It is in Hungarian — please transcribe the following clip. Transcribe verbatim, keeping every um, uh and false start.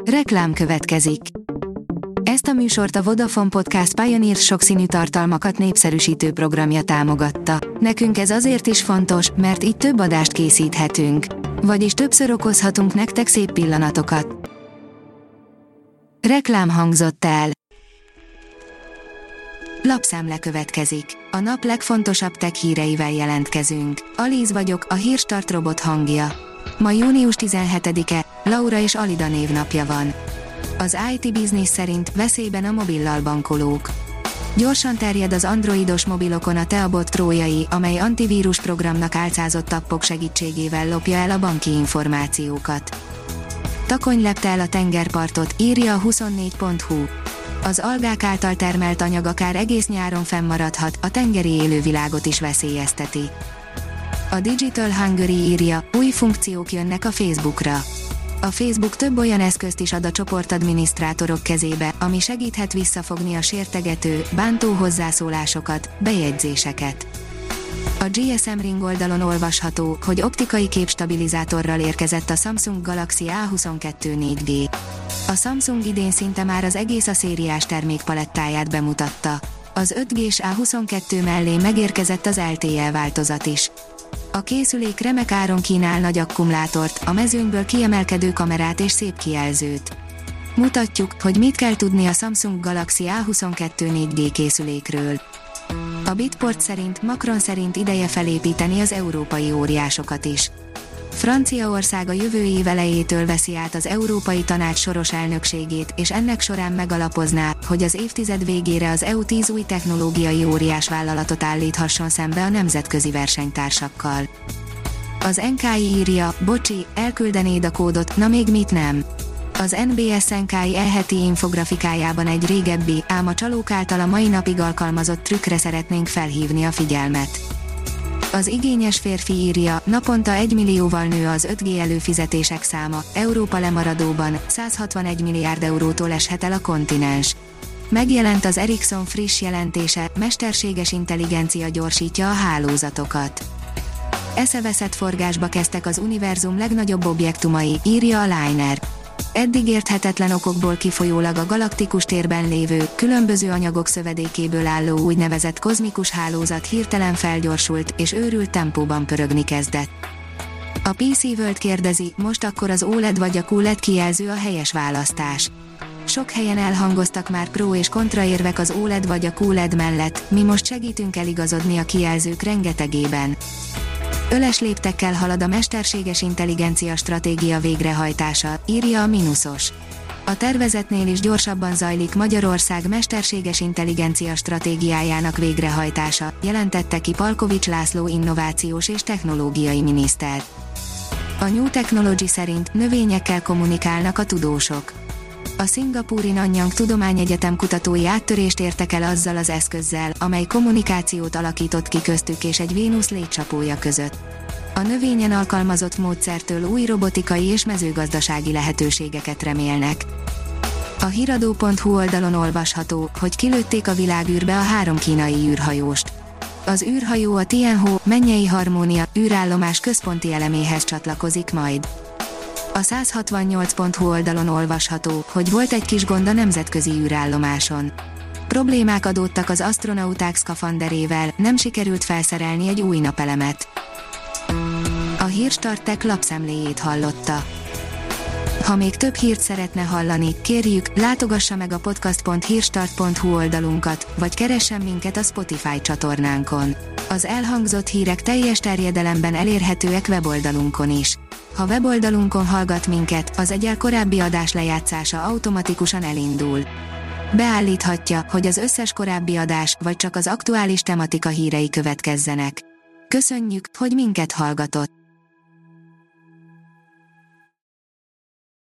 Reklám következik. Ezt a műsort a Vodafone Podcast Pioneer sokszínű tartalmakat népszerűsítő programja támogatta. Nekünk ez azért is fontos, mert így több adást készíthetünk. Vagyis többször okozhatunk nektek szép pillanatokat. Reklám hangzott el. Lapszemle következik. A nap legfontosabb tech híreivel jelentkezünk. Alíz vagyok, a Hírstart robot hangja. Ma június tizenhetedike, Laura és Alida névnapja van. Az i té Business szerint veszélyben a mobillal bankolók. Gyorsan terjed az androidos mobilokon a Teabot trójai, amely antivírus programnak álcázott appok segítségével lopja el a banki információkat. Takony lepte el a tengerpartot, írja a huszonnégy pont hu. Az algák által termelt anyag akár egész nyáron fennmaradhat, a tengeri élővilágot is veszélyezteti. A Digital Hungary írja, új funkciók jönnek a Facebookra. A Facebook több olyan eszközt is ad a csoportadminisztrátorok kezébe, ami segíthet visszafogni a sértegető, bántó hozzászólásokat, bejegyzéseket. A gé es em Ring oldalon olvasható, hogy optikai képstabilizátorral érkezett a Samsung Galaxy á huszonkettő négy gé. A Samsung idén szinte már az egész A szériás termékpalettáját bemutatta. Az öt gés á huszonkettő mellé megérkezett az el té e változat is. A készülék remek áron kínál nagy akkumulátort, a mezőnyből kiemelkedő kamerát és szép kijelzőt. Mutatjuk, hogy mit kell tudni a Samsung Galaxy á huszonkettő négy gé készülékről. A Bitport szerint Macron szerint ideje felépíteni az európai óriásokat is. Franciaország a jövő év elejétől veszi át az Európai Tanács soros elnökségét, és ennek során megalapozná, hogy az évtized végére az é u tíz új technológiai óriás vállalatot állíthasson szembe a nemzetközi versenytársakkal. Az en ká i írja, bocsi, elküldenéd a kódot, na még mit nem? Az en bé es en ká i e-heti infografikájában egy régebbi, ám a csalók által a mai napig alkalmazott trükkre szeretnénk felhívni a figyelmet. Az igényes férfi írja, naponta egy millióval nő az öt gé előfizetések száma, Európa lemaradóban, száz hatvanegy milliárd eurótól eshet el a kontinens. Megjelent az Ericsson friss jelentése, mesterséges intelligencia gyorsítja a hálózatokat. Eszeveszett forgásba kezdtek az univerzum legnagyobb objektumai, írja a Liner. Eddig érthetetlen okokból kifolyólag a galaktikus térben lévő, különböző anyagok szövedékéből álló úgynevezett kozmikus hálózat hirtelen felgyorsult, és őrült tempóban pörögni kezdett. A pé cé World kérdezi, most akkor az o el e dé vagy a kú el e dé kijelző a helyes választás. Sok helyen elhangoztak már pro és kontra érvek az o el e dé vagy a kú el e dé mellett, mi most segítünk eligazodni a kijelzők rengetegében. Öles léptekkel halad a mesterséges intelligencia stratégia végrehajtása, írja a Minusos. A tervezetnél is gyorsabban zajlik Magyarország mesterséges intelligencia stratégiájának végrehajtása, jelentette ki Palkovics László innovációs és technológiai miniszter. A New Technology szerint növényekkel kommunikálnak a tudósok. A szingapúri Nanyang Tudományegyetem kutatói áttörést értek el azzal az eszközzel, amely kommunikációt alakított ki köztük és egy Vénusz légycsapója között. A növényen alkalmazott módszertől új robotikai és mezőgazdasági lehetőségeket remélnek. A hiradó pont hu oldalon olvasható, hogy kilőtték a világűrbe a három kínai űrhajóst. Az űrhajó a Tianhe mennyei harmónia űrállomás központi eleméhez csatlakozik majd. A száz hatvannyolc pont hu oldalon olvasható, hogy volt egy kis gond a nemzetközi űrállomáson. Problémák adódtak az asztronauták szkafanderével, nem sikerült felszerelni egy új napelemet. A Hírstart Tech lapszemléjét hallotta. Ha még több hírt szeretne hallani, kérjük, látogassa meg a podcast pont hírstart pont hu oldalunkat, vagy keressen minket a Spotify csatornánkon. Az elhangzott hírek teljes terjedelemben elérhetőek weboldalunkon is. Ha weboldalunkon hallgat minket, az egyel korábbi adás lejátszása automatikusan elindul. Beállíthatja, hogy az összes korábbi adás, vagy csak az aktuális tematika hírei következzenek. Köszönjük, hogy minket hallgatott!